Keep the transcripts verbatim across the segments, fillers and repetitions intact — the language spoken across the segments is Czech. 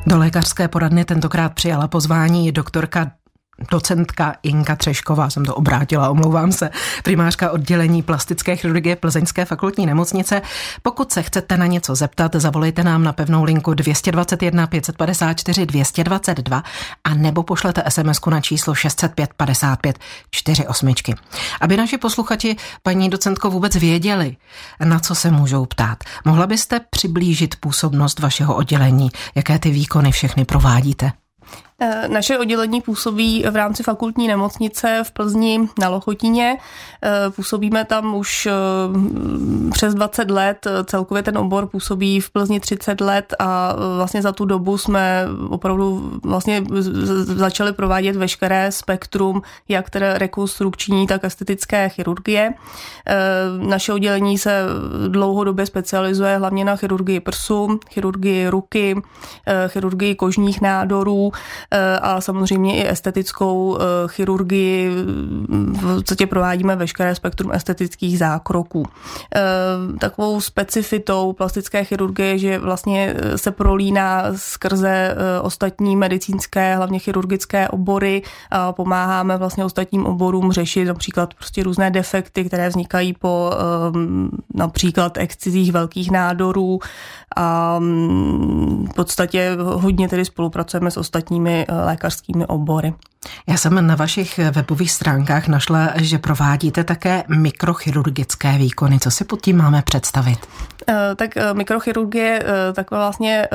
Do lékařské poradny tentokrát přijala pozvání doktorka docentka Inka Třešková, jsem to obrátila, omlouvám se, primářka oddělení plastické chirurgie Plzeňské fakultní nemocnice. Pokud se chcete na něco zeptat, zavolejte nám na pevnou linku dvě dvacet jedna pět set padesát čtyři dvě stě dvacet dva a nebo pošlete SMSku na číslo šest set pět padesát pět čtyřicet osm. Aby naši posluchači, paní docentko, vůbec věděli, na co se můžou ptát, mohla byste přiblížit působnost vašeho oddělení, jaké ty výkony všechny provádíte? Naše oddělení působí v rámci fakultní nemocnice v Plzni na Lochotíně. Působíme tam už přes dvacet let, celkově ten obor působí v Plzni třicet let a vlastně za tu dobu jsme opravdu vlastně začali provádět veškeré spektrum, jak teda rekonstrukční, tak estetické chirurgie. Naše oddělení se dlouhodobě specializuje hlavně na chirurgii prsu, chirurgii ruky, chirurgii kožních nádorů, a samozřejmě i estetickou chirurgii. V podstatě provádíme veškeré spektrum estetických zákroků. Takovou specifitou plastické chirurgie, že vlastně se prolíná skrze ostatní medicínské, hlavně chirurgické obory a pomáháme vlastně ostatním oborům řešit například prostě různé defekty, které vznikají po například excizích velkých nádorů a v podstatě hodně tedy spolupracujeme s ostatními lékařskými obory. Já jsem na vašich webových stránkách našla, že provádíte také mikrochirurgické výkony. Co si pod tím máme představit? Tak mikrochirurgie, tak vlastně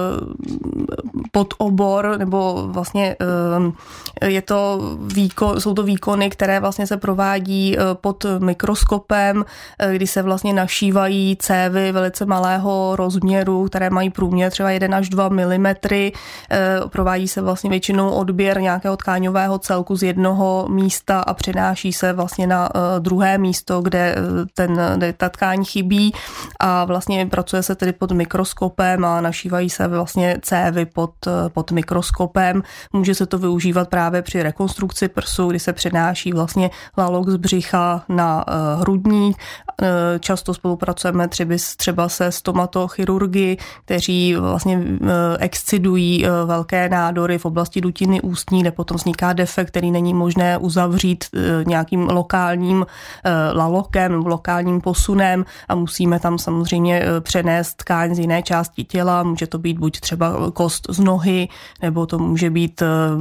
podobor, nebo vlastně je to výkon, jsou to výkony, které vlastně se provádí pod mikroskopem, kdy se vlastně našívají cévy velice malého rozměru, které mají průměr třeba jedna až dva milimetry. Provádí se vlastně většinou odběr nějakého tkáňového celku z jednoho místa a přenáší se vlastně na druhé místo, kde, ten, kde ta tkáň chybí a vlastně pracuje se tedy pod mikroskopem a našívají se vlastně cévy pod, pod mikroskopem. Může se to využívat právě při rekonstrukci prsu, kdy se přenáší vlastně lalok z břicha na uh, hrudník. Uh, často spolupracujeme třeba, třeba se stomatochirurgy, kteří vlastně uh, excidují uh, velké nádory v oblasti dutiny ústní, kde potom vzniká defekt, který není možné uzavřít uh, nějakým lokálním uh, lalokem nebo lokálním posunem a musíme tam samozřejmě přenést tkáň z jiné části těla. Může to být buď třeba kost z nohy, nebo to může být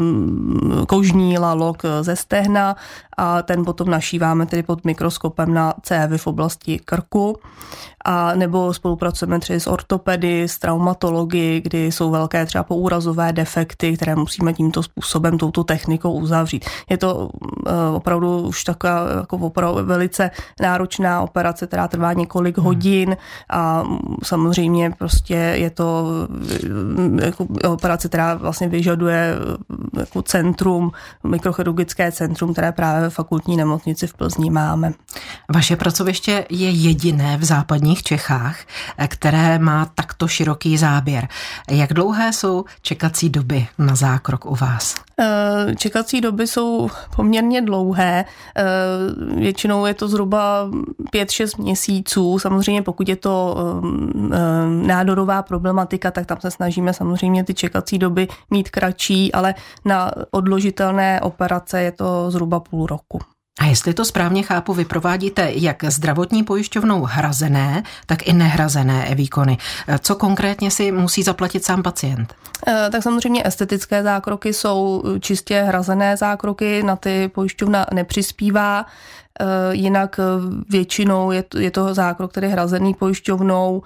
kožní lalok ze stehna a ten potom našíváme tedy pod mikroskopem na cévy v oblasti krku. A nebo spolupracujeme třeba s ortopedy, s traumatology, kdy jsou velké třeba poúrazové defekty, které musíme tímto způsobem, touto technikou uzavřít. Je to uh, opravdu už taková jako opravdu velice náročná operace, která trvá několik hmm. hodin a samozřejmě prostě je to jako operace, která vlastně vyžaduje jako centrum, mikrochirurgické centrum, které právě ve fakultní nemocnici v Plzni máme. Vaše pracoviště je jediné v západních Čechách, které má takto široký záběr. Jak dlouhé jsou čekací doby na zákrok u vás? Čekací doby jsou poměrně dlouhé. Většinou je to zhruba pět šest měsíců. Samozřejmě pokud je to nádorová problematika, tak tam se snažíme samozřejmě ty čekací doby mít kratší, ale na odložitelné operace je to zhruba půl roku. A jestli to správně chápu, vy provádíte jak zdravotní pojišťovnou hrazené, tak i nehrazené výkony. Co konkrétně si musí zaplatit sám pacient? Tak samozřejmě estetické zákroky jsou čistě hrazené zákroky, na ty pojišťovna nepřispívá. Jinak většinou je to, je to zákrok, který je hrazený pojišťovnou,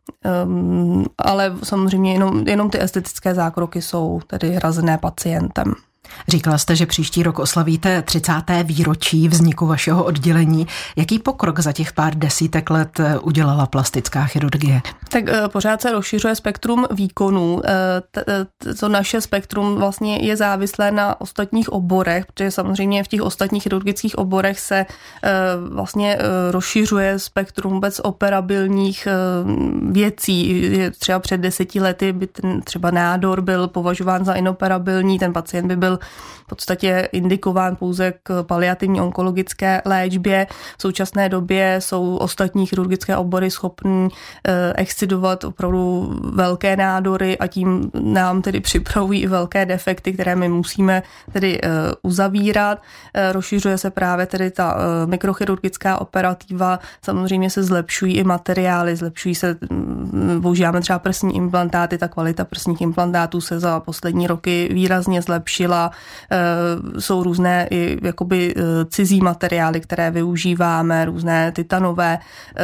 ale samozřejmě jenom, jenom ty estetické zákroky jsou tedy hrazené pacientem. Říkala jste, že příští rok oslavíte třicáté výročí vzniku vašeho oddělení. Jaký pokrok za těch pár desítek let udělala plastická chirurgie? Tak pořád se rozšiřuje spektrum výkonů. To naše spektrum vlastně je závislé na ostatních oborech, protože samozřejmě v těch ostatních chirurgických oborech se vlastně rozšiřuje spektrum vůbec operabilních věcí. Třeba před deseti lety by ten třeba nádor byl považován za inoperabilní, ten pacient by byl byl v podstatě indikován pouze k paliativní onkologické léčbě. V současné době jsou ostatní chirurgické obory schopní excidovat opravdu velké nádory a tím nám tedy připravují i velké defekty, které my musíme tedy uzavírat. Rozšiřuje se právě tedy ta mikrochirurgická operativa, samozřejmě se zlepšují i materiály, zlepšují se, používáme třeba prsní implantáty, ta kvalita prsních implantátů se za poslední roky výrazně zlepšila. Jsou různé i jakoby cizí materiály, které využíváme, různé titanové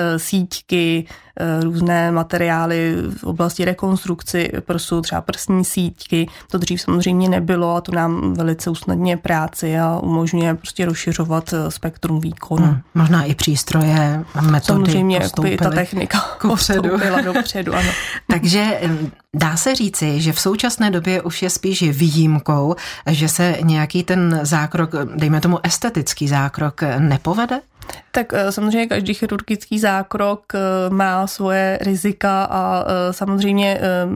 síťky, různé materiály v oblasti rekonstrukci prsu, třeba prsní síťky. To dřív samozřejmě nebylo a to nám velice usnadňuje práci a umožňuje prostě rozšiřovat spektrum výkonu. Hmm, možná i přístroje, metody samozřejmě i ta technika postoupila dopředu. Ano. Takže dá se říci, že v současné době už je spíš výjimkou, že se nějaký ten zákrok, dejme tomu estetický zákrok, nepovede? Tak samozřejmě každý chirurgický zákrok má svoje rizika a samozřejmě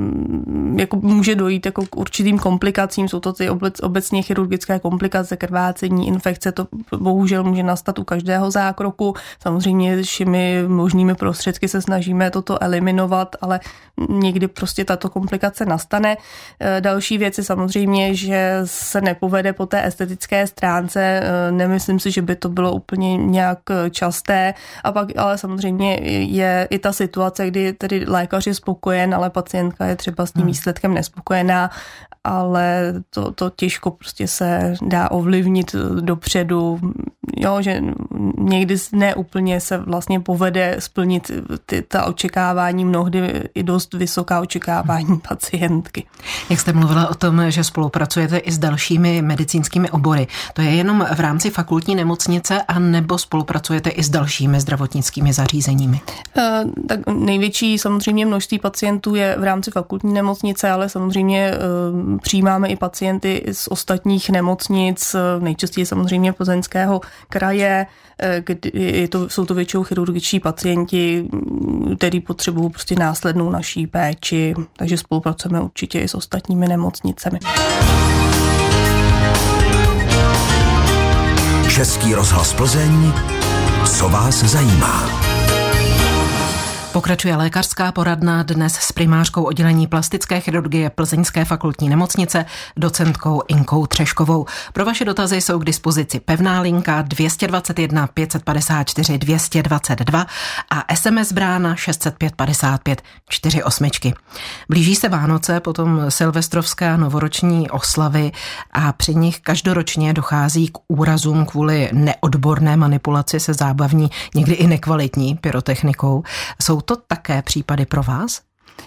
jako může dojít jako k určitým komplikacím. Jsou to ty obecně chirurgické komplikace, krvácení, infekce, to bohužel může nastat u každého zákroku. Samozřejmě všemi možnými prostředky se snažíme toto eliminovat, ale někdy prostě tato komplikace nastane. Další věc je samozřejmě, že se nepovede po té estetické stránce. Nemyslím si, že by to bylo úplně nějak časté a pak ale samozřejmě je i ta situace, kdy tedy lékař je spokojen, ale pacientka je třeba s tím výsledkem nespokojená, ale to, to těžko prostě se dá ovlivnit dopředu, jo, že někdy neúplně se vlastně povede splnit ty, ta očekávání, mnohdy i dost vysoká očekávání pacientky. Jak jste mluvila o tom, že spolupracujete i s dalšími medicínskými obory, to je jenom v rámci fakultní nemocnice a nebo spolupracujete i s dalšími zdravotnickými zařízeními? E, tak největší samozřejmě množství pacientů je v rámci fakultní nemocnice, ale samozřejmě e, přijímáme i pacienty z ostatních nemocnic, nejčastěji samozřejmě Plzeňského kraje, kdy to, jsou to většinou chirurgičtí pacienti, kteří potřebují prostě následnou naší péči, takže spolupracujeme určitě i s ostatními nemocnicemi. Český rozhlas Plzeň, co vás zajímá? Pokračuje lékařská poradna dnes s primářkou oddělení plastické chirurgie Plzeňské fakultní nemocnice, docentkou Inkou Třeškovou. Pro vaše dotazy jsou k dispozici pevná linka dvě dva jedna pět pět čtyři dvě dva dva a es em es brána šest set pět padesát pět čtyři osm. Blíží se Vánoce, potom silvestrovské a novoroční oslavy a při nich každoročně dochází k úrazům kvůli neodborné manipulaci se zábavní, někdy i nekvalitní pyrotechnikou. Jsou to také případy pro vás?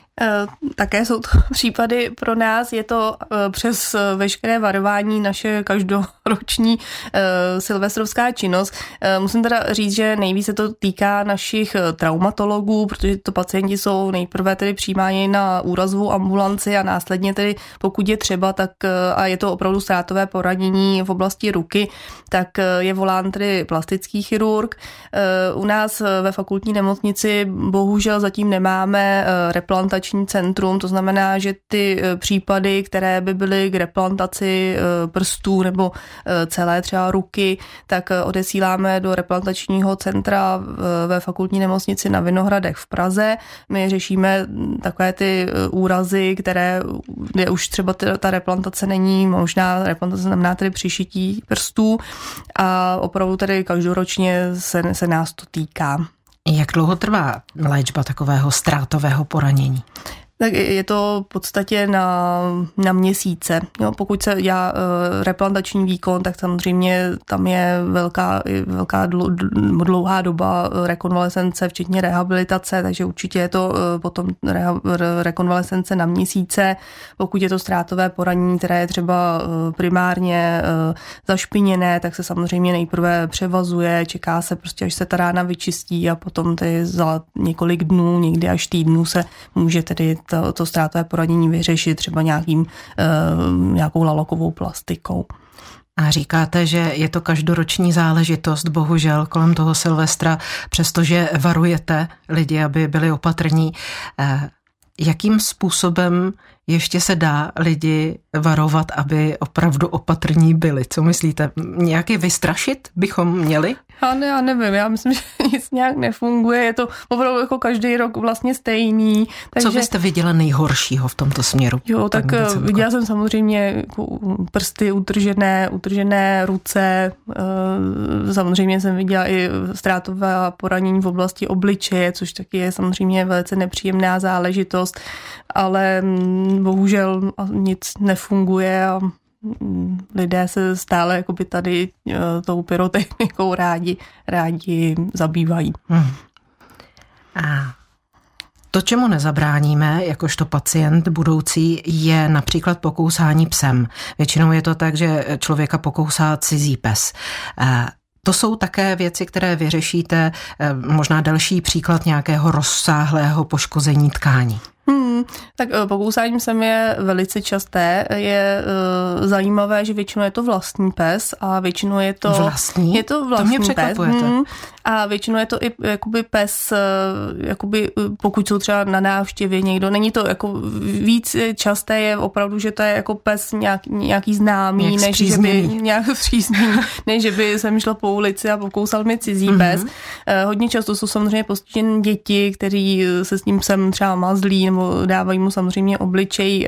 Také jsou to případy pro nás, je to přes veškeré varování naše každoroční silvestrovská činnost. Musím teda říct, že nejvíce to týká našich traumatologů, protože to pacienti jsou nejprve tedy přijímáni na úrazovou ambulanci a následně tedy pokud je třeba, tak a je to opravdu ztrátové poranění v oblasti ruky, tak je volán tedy plastický chirurg. U nás ve fakultní nemocnici bohužel zatím nemáme replantační centrum, to znamená, že ty případy, které by byly k replantaci prstů nebo celé třeba ruky, tak odesíláme do replantačního centra ve fakultní nemocnici na Vinohradech v Praze. My řešíme takové ty úrazy, které, kde už třeba ta replantace není možná, replantace znamená tedy přišití prstů a opravdu tedy každoročně se, se nás to týká. Jak dlouho trvá léčba takového ztrátového poranění? Tak je to v podstatě na, na měsíce. Jo, pokud se dělá uh, replantační výkon, tak samozřejmě tam je velká, velká dlouhá doba rekonvalescence, včetně rehabilitace, takže určitě je to uh, potom reha, rekonvalescence na měsíce. Pokud je to ztrátové poranění, které je třeba uh, primárně uh, zašpiněné, tak se samozřejmě nejprve převazuje, čeká se prostě, až se ta rána vyčistí a potom tedy za několik dnů, někdy až týdnů se může tedy To, to ztrátové poranění vyřešit třeba nějakým, e, nějakou lalokovou plastikou. A říkáte, že je to každoroční záležitost, bohužel kolem toho Silvestra, přestože varujete lidi, aby byli opatrní. E, jakým způsobem ještě se dá lidi varovat, aby opravdu opatrní byli? Co myslíte? Nějaké vystrašit bychom měli? Já, ne, já nevím, já myslím, že nic nějak nefunguje, je to opravdu jako každý rok vlastně stejný. Takže... Co byste viděla nejhoršího v tomto směru? Jo, tak viděla jsem samozřejmě jako prsty utržené, utržené ruce, samozřejmě jsem viděla i ztrátové poranění v oblasti obličeje, což taky je samozřejmě velice nepříjemná záležitost, ale bohužel nic nefunguje a lidé se stále jakoby tady tou pyrotechnikou rádi, rádi zabývají. Hmm. A to, čemu nezabráníme, jakožto pacient budoucí, je například pokousání psem. Většinou je to tak, že člověka pokousá cizí pes. To jsou také věci, které vyřešíte, možná další příklad nějakého rozsáhlého poškození tkání. Hmm, tak pokousáním psem je velice časté. Je uh, zajímavé, že většinou je to vlastní pes a většinou je to... Vlastní? Je to vlastní to mě překvapujete. Hmm, a většinou je to i jakoby pes, jakoby, pokud jsou třeba na návštěvě někdo. Není to jako víc časté je opravdu, že to je jako pes nějak, nějaký známý, nějak než že by nějak zpřízněný, než že by jsem šla po ulici a pokousal mi cizí mm-hmm. pes. Hodně často jsou samozřejmě postiženy děti, kteří se s tím psem třeba mazlí nebo dávají mu samozřejmě obličej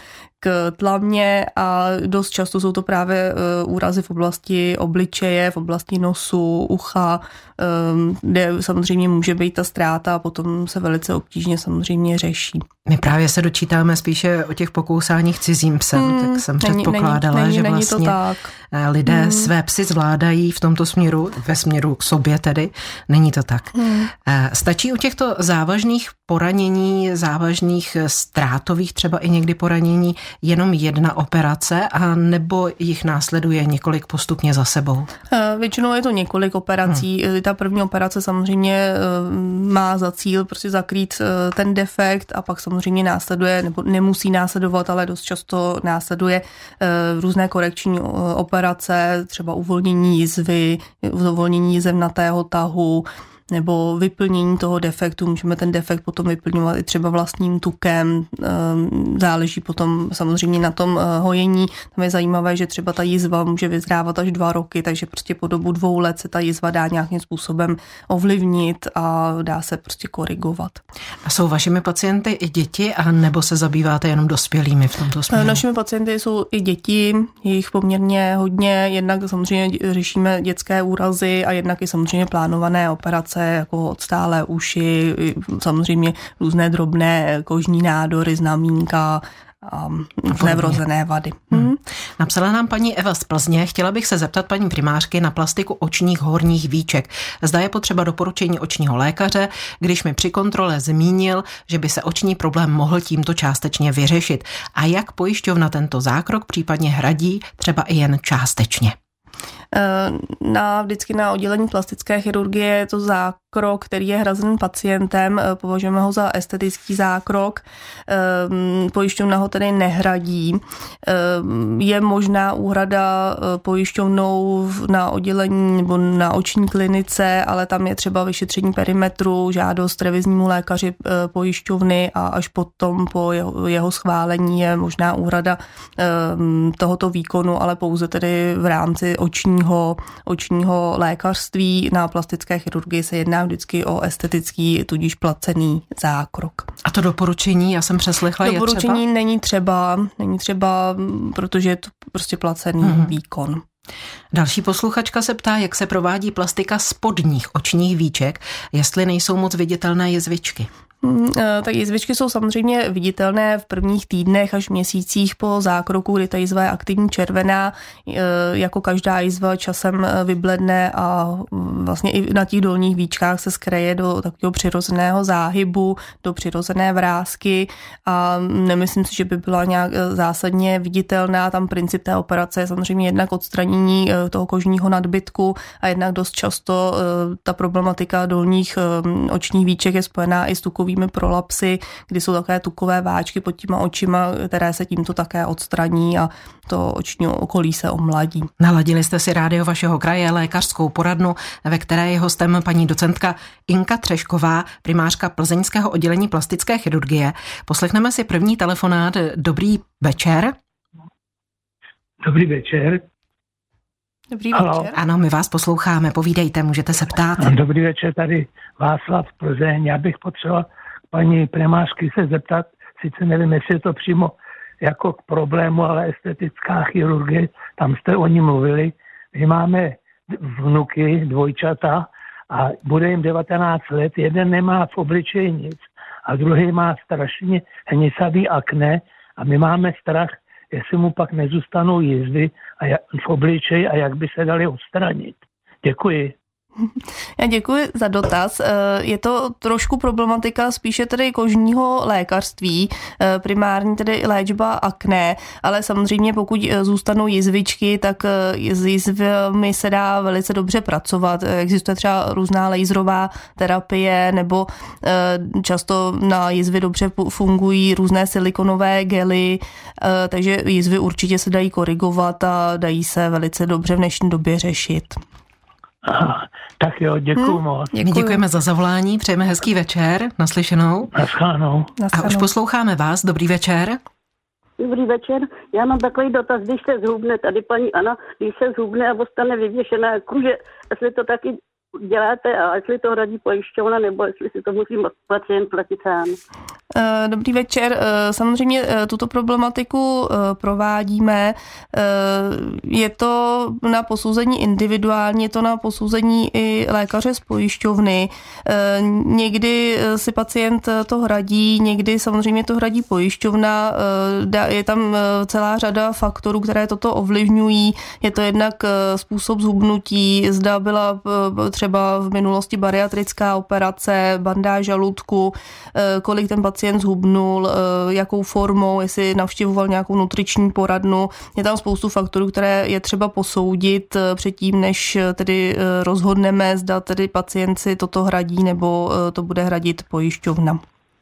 k tlamě a dost často jsou to právě úrazy v oblasti obličeje, v oblasti nosu, ucha, kde samozřejmě může být ta ztráta a potom se velice obtížně samozřejmě řeší. My právě se dočítáme spíše o těch pokousáních cizím psem, hmm, tak jsem není, předpokládala, není, že není vlastně to tak. lidé hmm. své psy zvládají v tomto směru, ve směru k sobě tedy. Není to tak. Hmm. Stačí u těchto závažných poranění, závažných ztrátových třeba i někdy poranění jenom jedna operace a nebo jich následuje několik postupně za sebou? Většinou je to několik operací. Hmm. Ta první operace samozřejmě má za cíl prostě zakrýt ten defekt a pak samozřejmě následuje, nebo nemusí následovat, ale dost často následuje různé korekční operace, třeba uvolnění jizvy, uvolnění jizevnatého tahu, nebo vyplnění toho defektu. Můžeme ten defekt potom vyplňovat i třeba vlastním tukem. Záleží potom samozřejmě na tom hojení. Tam je zajímavé, že třeba ta jizva může vyzrávat až dva roky, takže prostě po dobu dvou let se ta jizva dá nějakým způsobem ovlivnit a dá se prostě korigovat. A jsou vašimi pacienty i děti, a nebo se zabýváte jenom dospělými v tomto směru? Našimi pacienty jsou i děti, jich poměrně hodně. Jednak samozřejmě řešíme dětské úrazy a jednak i samozřejmě plánované operace, jako odstálé uši, samozřejmě různé drobné kožní nádory, znamínka a různé vrozené vady. Hmm. Napsala nám paní Eva z Plzně. Chtěla bych se zeptat paní primářky na plastiku očních horních víček. Zda je potřeba doporučení očního lékaře, když mi při kontrole zmínil, že by se oční problém mohl tímto částečně vyřešit. A jak pojišťovna tento zákrok případně hradí, třeba i jen částečně? Na, vždycky na oddělení plastické chirurgie je to zákrok, který je hrazen pacientem, považujeme ho za estetický zákrok, pojišťovna ho tedy nehradí. Je možná úhrada pojišťovnou na oddělení nebo na oční klinice, ale tam je třeba vyšetření perimetru, žádost reviznímu lékaři pojišťovny a až potom po jeho, jeho schválení je možná úhrada tohoto výkonu, ale pouze tedy v rámci očního, očního lékařství. Na plastické chirurgii se jedná vždycky o estetický, tudíž placený zákrok. A to doporučení, já jsem přeslechla, doporučení je třeba? není třeba, není třeba, protože je to prostě placený hmm. výkon. Další posluchačka se ptá, jak se provádí plastika spodních očních víček, jestli nejsou moc viditelné jizvičky. Tak jizvičky jsou samozřejmě viditelné v prvních týdnech až měsících po zákroku, kdy ta jizva je aktivní červená, jako každá jizva časem vybledne a vlastně i na těch dolních víčkách se skreje do takového přirozeného záhybu, do přirozené vrásky a nemyslím si, že by byla nějak zásadně viditelná. Tam princip té operace je samozřejmě jednak odstranění toho kožního nadbytku a jednak dost často ta problematika dolních očních víček je spojená i s tukovým takovými prolapsy, kdy jsou takové tukové váčky pod těma očima, které se tímto také odstraní a to oční okolí se omladí. Naladili jste si rádio vašeho kraje, lékařskou poradnu, ve které je hostem paní docentka Inka Třešková, primářka plzeňského oddělení plastické chirurgie. Poslechneme si první telefonát. Dobrý večer. Dobrý večer. Dobrý večer. Halo. Ano, my vás posloucháme, povídejte, můžete se ptát. Dobrý večer, tady Václav Plzeň. Já bych potřeboval paní primářky se zeptat, sice nevím, jestli je to přímo jako k problému, ale estetická chirurgie, tam jste o ní mluvili. My máme vnuky, dvojčata a bude jim devatenáct let, jeden nemá v obličeji nic a druhý má strašně hnisavý akné a my máme strach, jestli mu pak nezůstanou jizvy a jak, v obličeji a jak by se dali odstranit. Děkuji. Já děkuji za dotaz. Je to trošku problematika spíše tedy kožního lékařství, primární tedy léčba akné, ale samozřejmě pokud zůstanou jizvičky, tak s jizvami se dá velice dobře pracovat. Existuje třeba různá laserová terapie nebo často na jizvy dobře fungují různé silikonové gely, takže jizvy určitě se dají korigovat a dají se velice dobře v dnešní době řešit. Aha, tak jo, děkuju hmm, moc. My děkujeme za zavolání, přejeme hezký večer, naslyšenou. Naschledanou. A už posloucháme vás, dobrý večer. Dobrý večer, já mám takový dotaz, když se zhubne, tady paní Anna, když se zhubne a ostane vyvěšená kůže, jestli to taky děláte a jestli to hradí pojišťovna, nebo jestli si to musí pacient platit sám. Dobrý večer. Samozřejmě tuto problematiku provádíme. Je to na posouzení individuálně, je to na posouzení i lékaře z pojišťovny. Někdy si pacient to hradí, někdy samozřejmě to hradí pojišťovna. Je tam celá řada faktorů, které toto ovlivňují. Je to jednak způsob zhubnutí, zda byla třeba v minulosti bariatrická operace, bandáž žaludku, kolik ten pacient zhubnul, jakou formou, jestli navštěvoval nějakou nutriční poradnu. Je tam spoustu faktorů, které je třeba posoudit předtím, než tedy rozhodneme, zda tedy pacient si toto hradí nebo to bude hradit pojišťovna.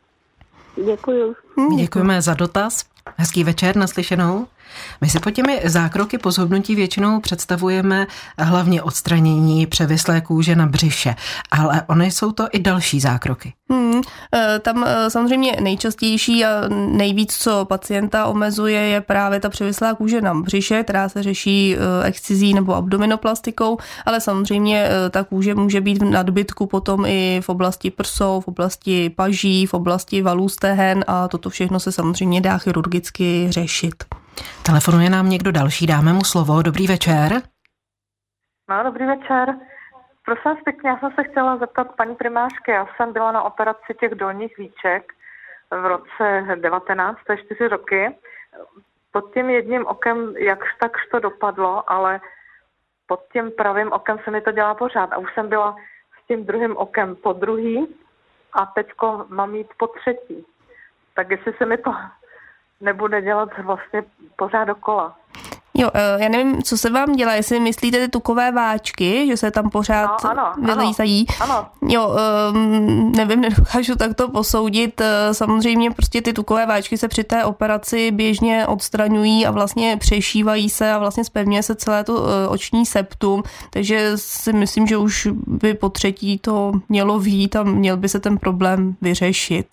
Děkuju. My děkujeme za dotaz. Hezký večer, naslyšenou. My si pod těmi zákroky po zhubnutí většinou představujeme hlavně odstranění převislé kůže na břiše, ale ony jsou to i další zákroky. Hmm, tam samozřejmě nejčastější a nejvíc, co pacienta omezuje, je právě ta převislá kůže na břiše, která se řeší excizí nebo abdominoplastikou, ale samozřejmě ta kůže může být v nadbytku potom i v oblasti prsou, v oblasti paží, v oblasti valů stehen a toto všechno se samozřejmě dá chirurgicky řešit. Telefonuje nám někdo další, dáme mu slovo. Dobrý večer. No, dobrý večer. Prosím vás pěkně, já jsem se chtěla zeptat paní primářky. Já jsem byla na operaci těch dolních víček v roce devatenáct, to je čtyři roky. Pod tím jedním okem jakž takž to dopadlo, ale pod tím pravým okem se mi to dělá pořád. A už jsem byla s tím druhým okem po druhý a teďko mám jít po třetí. Tak jestli se mi to nebude dělat vlastně pořád dokola. Jo, já nevím, co se vám dělá, jestli myslíte ty tukové váčky, že se tam pořád no, ano, vylízají. Ano. Jo, um, nevím, nedokážu takto posoudit. Samozřejmě prostě ty tukové váčky se při té operaci běžně odstraňují a vlastně přešívají se a vlastně zpevňuje se celé to oční septum, takže si myslím, že už by po třetí to mělo vyjít a měl by se ten problém vyřešit.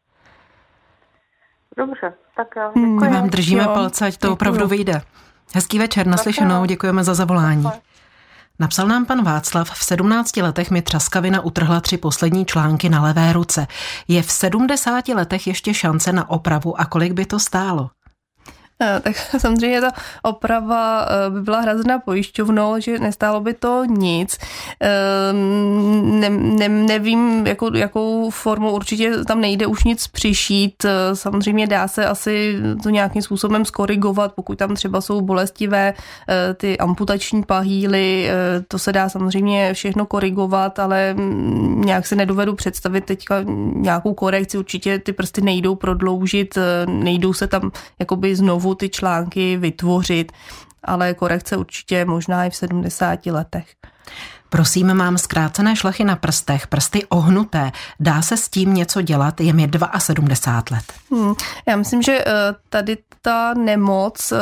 Dobře, tak já děkuji. My vám držíme jo, palce, ať to děkuji. opravdu vyjde. Hezký večer, naslyšenou, děkujeme za zavolání. Napsal nám pan Václav, v sedmnácti letech mi třaskavina utrhla tři poslední články na levé ruce. Je v sedmdesáti letech ještě šance na opravu a kolik by to stálo? Tak samozřejmě ta oprava by byla hrazena pojišťovnou, že nestálo by to nic. Ne, ne, nevím, jakou, jakou formou, určitě tam nejde už nic přišít. Samozřejmě dá se asi to nějakým způsobem skorigovat, pokud tam třeba jsou bolestivé ty amputační pahýly, to se dá samozřejmě všechno korigovat, ale nějak si nedovedu představit teďka nějakou korekci. Určitě ty prsty nejdou prodloužit, nejdou se tam jakoby znovu ty články vytvořit, ale korekce určitě možná i v sedmdesáti letech. Prosím, mám zkrácené šlachy na prstech, prsty ohnuté. Dá se s tím něco dělat? Je mi sedmdesát dva let. Hmm, já myslím, že tady ta nemoc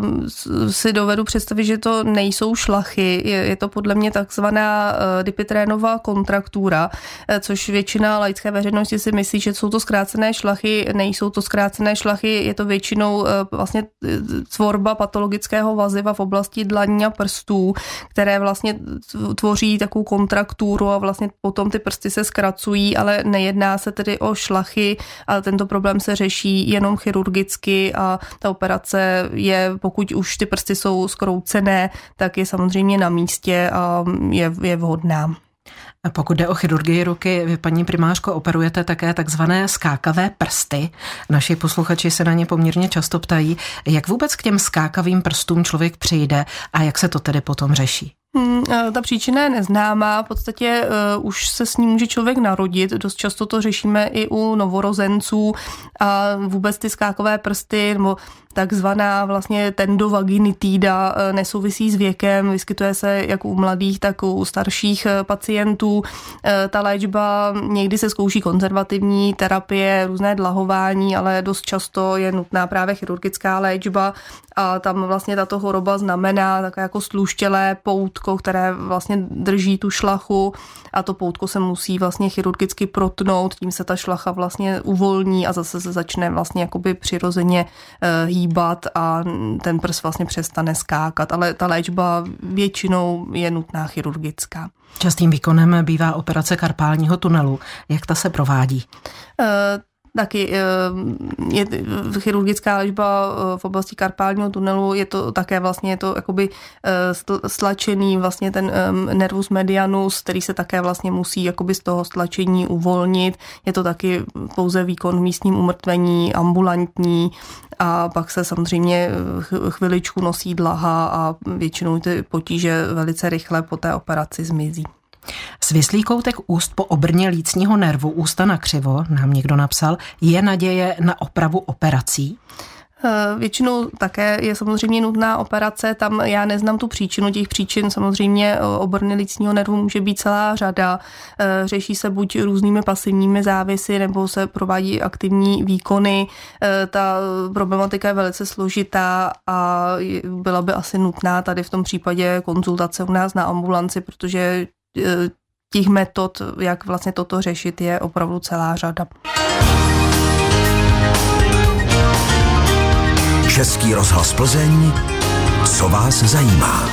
si dovedu představit, že to nejsou šlachy. Je, je to podle mě takzvaná dipytrénová kontraktura, což většina laické veřejnosti si myslí, že jsou to zkrácené šlachy. Nejsou to zkrácené šlachy, je to většinou vlastně tvorba patologického vaziva v oblasti dlaní a prstů, které vlastně tvoří takovou kontrakturu a vlastně potom ty prsty se zkracují, ale nejedná se tedy o šlachy, ale tento problém se řeší jenom chirurgicky a ta operace je, pokud už ty prsty jsou zkroucené, tak je samozřejmě na místě a je, je vhodná. A pokud jde o chirurgii ruky, vy, paní primářko, operujete také takzvané skákavé prsty. Naši posluchači se na ně poměrně často ptají, jak vůbec k těm skákavým prstům člověk přijde a jak se to tedy potom řeší. Hmm, ta příčina je neznámá, v podstatě uh, už se s ní může člověk narodit, dost často to řešíme i u novorozenců a vůbec ty skákové prsty nebo takzvaná vlastně tendovaginitída nesouvisí s věkem, vyskytuje se jak u mladých, tak u starších pacientů. Ta léčba někdy se zkouší konzervativní terapie, různé dlahování, ale dost často je nutná právě chirurgická léčba a tam vlastně tato choroba znamená takové jako stluštělé poutko, které vlastně drží tu šlachu a to poutko se musí vlastně chirurgicky protnout, tím se ta šlacha vlastně uvolní a zase se začne vlastně jakoby přirozeně hýbat a ten prst vlastně přestane skákat, ale ta léčba většinou je nutná chirurgická. Častým výkonem bývá operace karpálního tunelu. Jak ta se provádí? Uh, Taky je chirurgická léčba v oblasti karpálního tunelu, je to také vlastně je to jakoby stlačený vlastně ten nervus medianus, který se také vlastně musí jakoby z toho stlačení uvolnit. Je to taky pouze výkon v místním umrtvení, ambulantní a pak se samozřejmě chviličku nosí dlaha a většinou ty potíže velice rychle po té operaci zmizí. Svislý koutek úst po obrně lícního nervu ústa na křivo, nám někdo napsal, je naděje na opravu operací? Většinou také je samozřejmě nutná operace, tam já neznám tu příčinu, těch příčin samozřejmě obrny lícního nervu může být celá řada, řeší se buď různými pasivními závisy, nebo se provádí aktivní výkony, ta problematika je velice složitá a byla by asi nutná tady v tom případě konzultace u nás na ambulanci, protože těch metod, jak vlastně toto řešit, je opravdu celá řada. Český rozhlas Plzeň, co vás zajímá?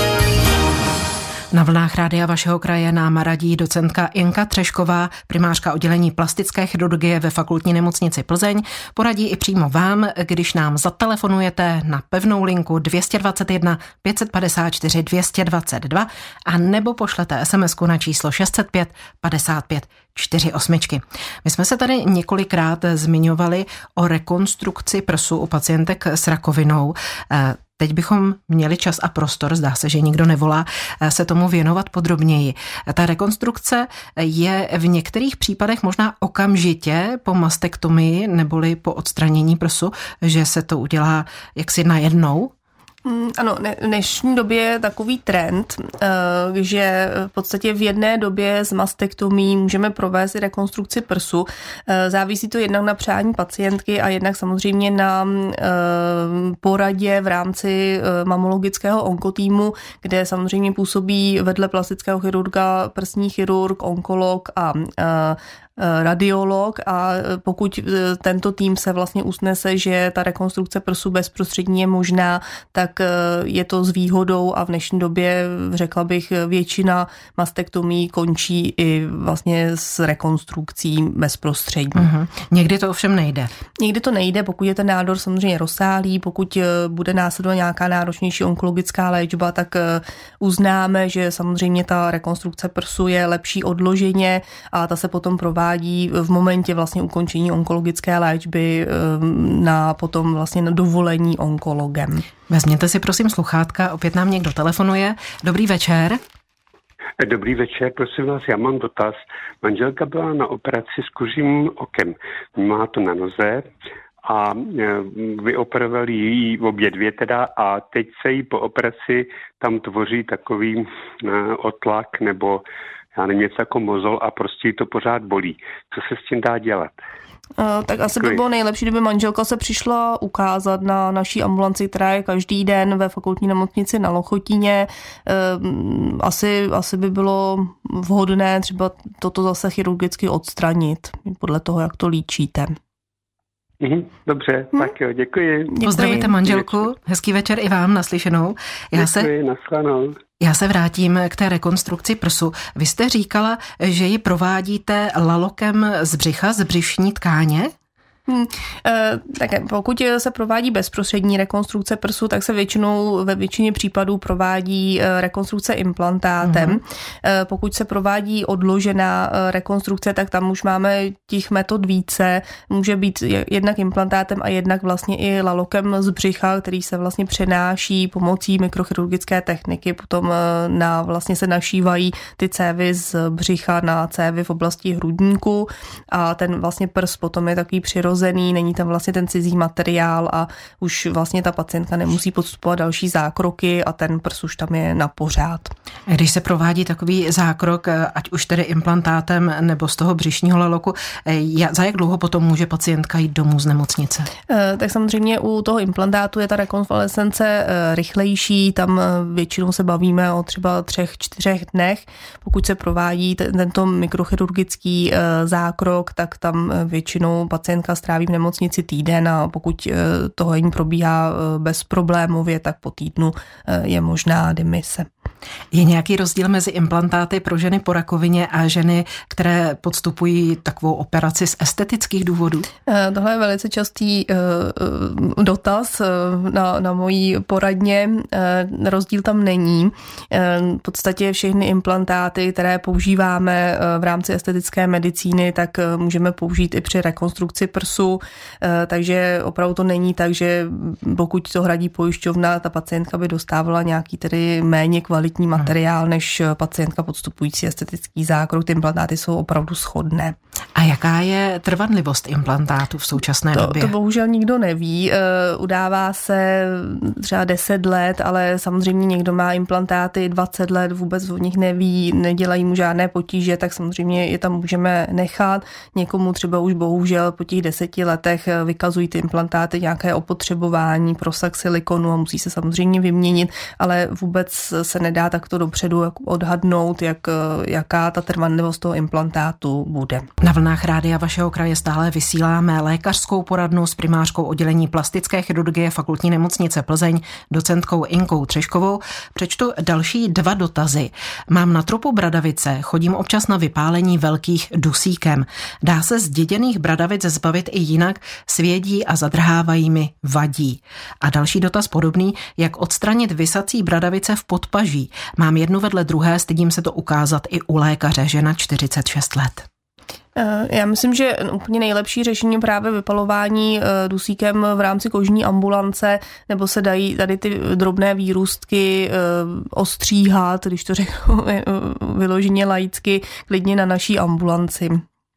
Na vlnách rádia vašeho kraje nám radí docentka Inka Třešková, primářka oddělení plastické chirurgie ve Fakultní nemocnici Plzeň. Poradí i přímo vám, když nám zatelefonujete na pevnou linku dvě stě dvacet jedna pět set padesát čtyři dvě stě dvacet dva a nebo pošlete esemesku na číslo šest set pět padesát pět čtyři osm. My jsme se tady několikrát zmiňovali o rekonstrukci prsu u pacientek s rakovinou. Teď bychom měli čas a prostor, zdá se, že nikdo nevolá, se tomu věnovat podrobněji. Ta rekonstrukce je v některých případech možná okamžitě po mastektomii neboli po odstranění prsu, že se to udělá jaksi najednou. Ano, v dnešní době je takový trend, že v podstatě v jedné době s mastektomí můžeme provést rekonstrukci prsu. Závisí to jednak na přání pacientky a jednak samozřejmě na poradě v rámci mamologického onkotýmu, kde samozřejmě působí vedle plastického chirurga prsní chirurg, onkolog a radiolog a pokud tento tým se vlastně usnese, že ta rekonstrukce prsu bezprostředně je možná, tak je to s výhodou a v dnešní době, řekla bych, většina mastektomí končí i vlastně s rekonstrukcí bezprostřední. Mm-hmm. Někdy to ovšem nejde. Někdy to nejde, pokud je ten nádor samozřejmě rozsáhlý, pokud bude následovat nějaká náročnější onkologická léčba, tak uznáme, že samozřejmě ta rekonstrukce prsu je lepší odloženě a ta se potom provádí v momentě vlastně ukončení onkologické léčby na potom vlastně na dovolení onkologem. Vezměte si prosím sluchátka, opět nám někdo telefonuje. Dobrý večer. Dobrý večer, prosím vás, já mám dotaz. Manželka byla na operaci s kuřím okem. Má to na noze a vyoperovali ji obě dvě teda a teď se jí po operaci tam tvoří takový otlak nebo já nevím, něco jako mozol a prostě to pořád bolí. Co se s tím dá dělat? Uh, tak asi by bylo nejlepší, kdyby manželka se přišla ukázat na naší ambulanci, která je každý den ve fakultní nemocnici na Lochotíně. Uh, asi, asi by bylo vhodné třeba toto zase chirurgicky odstranit, podle toho, jak to líčíte. Mhm, dobře, hmm. tak jo, děkuji. děkuji. Pozdravíte manželku, hezký večer i vám, naslyšenou. Já děkuji, se... naschledanou. Já se vrátím k té rekonstrukci prsu. Vy jste říkala, že ji provádíte lalokem z břicha, z břišní tkáně? Hmm. E, tak pokud se provádí bezprostřední rekonstrukce prsu, tak se většinou ve většině případů provádí rekonstrukce implantátem. Hmm. E, pokud se provádí odložená rekonstrukce, tak tam už máme těch metod více. Může být jednak implantátem a jednak vlastně i lalokem z břicha, který se vlastně přenáší pomocí mikrochirurgické techniky. Potom na, vlastně se našívají ty cévy z břicha na cévy v oblasti hrudníku a ten vlastně prs potom je takový přirozený. Není tam vlastně ten cizí materiál a už vlastně ta pacientka nemusí podstupovat další zákroky a ten prs už tam je na pořád. Když se provádí takový zákrok, ať už tedy implantátem nebo z toho břišního laloku, za jak dlouho potom může pacientka jít domů z nemocnice? Tak samozřejmě u toho implantátu je ta rekonvalescence rychlejší, tam většinou se bavíme o třeba třech, čtyřech dnech. Pokud se provádí tento mikrochirurgický zákrok, tak tam většinou pacientka stráví v nemocnici týden a pokud to hojení probíhá bezproblémově, tak po týdnu je možná demise. Je nějaký rozdíl mezi implantáty pro ženy po rakovině a ženy, které podstupují takovou operaci z estetických důvodů? Tohle je velice častý dotaz na, na mojí poradně. Rozdíl tam není. V podstatě všechny implantáty, které používáme v rámci estetické medicíny, tak můžeme použít i při rekonstrukci prsu, takže opravdu to není tak, že pokud to hradí pojišťovna, ta pacientka by dostávala nějaký tedy méně kvalitní materiál než pacientka podstupující estetický zákrok. Ty implantáty jsou opravdu shodné. A jaká je trvanlivost implantátu v současné to, době? To bohužel nikdo neví. Udává se třeba deset let, ale samozřejmě někdo má implantáty dvacet let, vůbec o nich neví, nedělají mu žádné potíže, tak samozřejmě je tam můžeme nechat. Někomu třeba už bohužel po těch deseti letech vykazují ty implantáty nějaké opotřebování, prosak silikonu a musí se samozřejmě vyměnit, ale vůbec se nedá takto dopředu odhadnout, jak, jaká ta trvanlivost toho implantátu bude. Na vlnách rádia vašeho kraje stále vysíláme lékařskou poradnu s primářkou oddělení plastické chirurgie Fakultní nemocnice Plzeň, docentkou Inkou Třeškovou. Přečtu další dva dotazy. Mám na trupu bradavice, chodím občas na vypálení velkých dusíkem. Dá se zděděných bradavic zbavit i jinak, svědí a zadrhávají mi, vadí. A další dotaz podobný, jak odstranit visací bradavice v podpaží. Mám jednu vedle druhé, stydím se to ukázat i u lékaře, žena čtyřicet šest let. Já myslím, že úplně nejlepší řešení je právě vypalování dusíkem v rámci kožní ambulance, nebo se dají tady ty drobné výrůstky ostříhat, když to řeknu vyloženě laicky, klidně na naší ambulanci.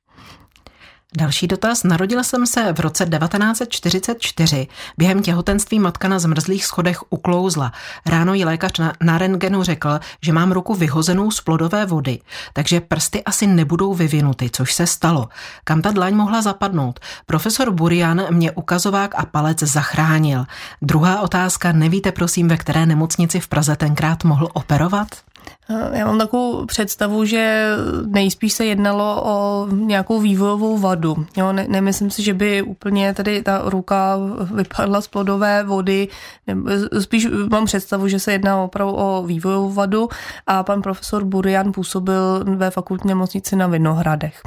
Další dotaz. Narodila jsem se v roce devatenáct set čtyřicet čtyři. Během těhotenství matka na zmrzlých schodech uklouzla. Ráno jí lékař na, na rentgenu řekl, že mám ruku vyhozenou z plodové vody, takže prsty asi nebudou vyvinuty, což se stalo. Kam ta dlaň mohla zapadnout? Profesor Burian mě ukazovák a palec zachránil. Druhá otázka. Nevíte prosím, ve které nemocnici v Praze tenkrát mohl operovat? Já mám takovou představu, že nejspíš se jednalo o nějakou vývojovou vadu. Jo, ne, nemyslím si, že by úplně tady ta ruka vypadla z plodové vody. Spíš mám představu, že se jedná opravdu o vývojovou vadu a pan profesor Burian působil ve fakultní nemocnici na Vinohradech.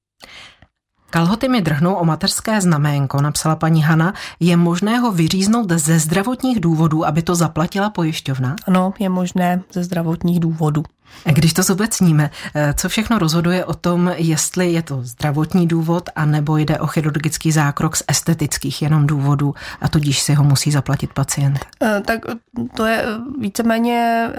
Kalhoty mi drhnou o mateřské znaménko, napsala paní Hana. Je možné ho vyříznout ze zdravotních důvodů, aby to zaplatila pojišťovna? Ano, je možné ze zdravotních důvodů. Když to zobecníme, co všechno rozhoduje o tom, jestli je to zdravotní důvod, anebo jde o chirurgický zákrok z estetických jenom důvodů a tudíž si ho musí zaplatit pacient? Tak to je víceméně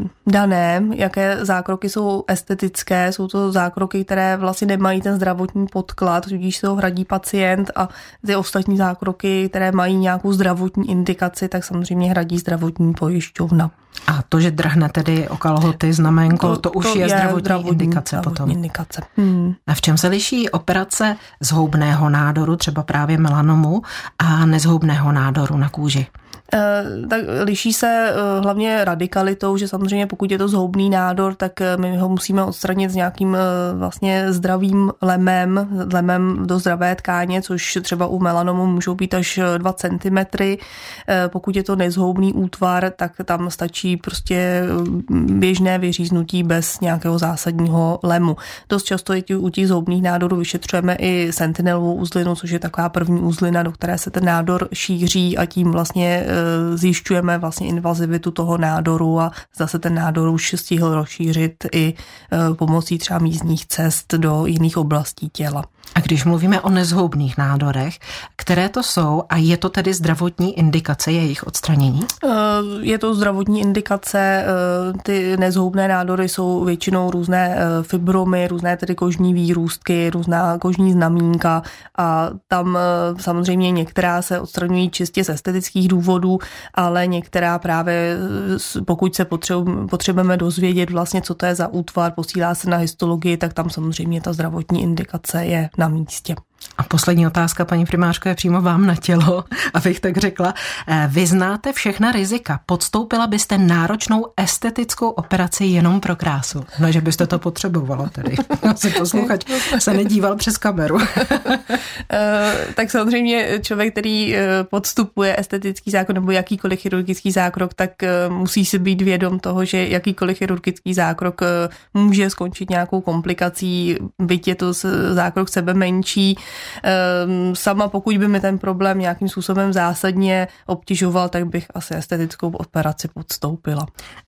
dané, jaké zákroky jsou estetické. Jsou to zákroky, které vlastně nemají ten zdravotní podklad, tudíž se ho hradí pacient, a ty ostatní zákroky, které mají nějakou zdravotní indikaci, tak samozřejmě hradí zdravotní pojišťovna. A to, že drhne tedy o kalhoty, znamenko, to, to už to je, je zdravotní, zdravotní indikace zdravotní potom. Indikace. Hmm. A v čem se liší operace zhoubného nádoru, třeba právě melanomu, a nezhoubného nádoru na kůži? Tak liší se hlavně radikalitou, že samozřejmě pokud je to zhoubný nádor, tak my ho musíme odstranit s nějakým vlastně zdravým lemem, lemem do zdravé tkáně, což třeba u melanomu můžou být až dva centimetry. Pokud je to nezhoubný útvar, tak tam stačí prostě běžné vyříznutí bez nějakého zásadního lemu. Dost často u těch zhoubných nádorů vyšetřujeme i sentinelovou uzlinu, což je taková první uzlina, do které se ten nádor šíří, a tím vlastně zjišťujeme vlastně invazivitu toho nádoru a zase ten nádor už stihl rozšířit i pomocí třeba mízních cest do jiných oblastí těla. A když mluvíme o nezhoubných nádorech, které to jsou a je to tedy zdravotní indikace jejich odstranění? Je to zdravotní indikace, ty nezhoubné nádory jsou většinou různé fibromy, různé tedy kožní výrůstky, různá kožní znamínka, a tam samozřejmě některá se odstraňují čistě z estetických důvodů, ale některá právě, pokud se potřebujeme dozvědět vlastně, co to je za útvar, posílá se na histologii, tak tam samozřejmě ta zdravotní indikace je na místě. A poslední otázka, paní primářko, je přímo vám na tělo, abych tak řekla. Vy znáte všechna rizika. Podstoupila byste náročnou estetickou operaci jenom pro krásu? No, že byste to potřebovala tedy. Asi posluchač se nedíval přes kameru. Tak samozřejmě člověk, který podstupuje estetický zákrok nebo jakýkoliv chirurgický zákrok, tak musí si být vědom toho, že jakýkoliv chirurgický zákrok může skončit nějakou komplikací, byť je to zákrok sebe menší. Sama pokud by mi ten problém nějakým způsobem zásadně obtěžoval, tak bych asi estetickou operaci podstoupila.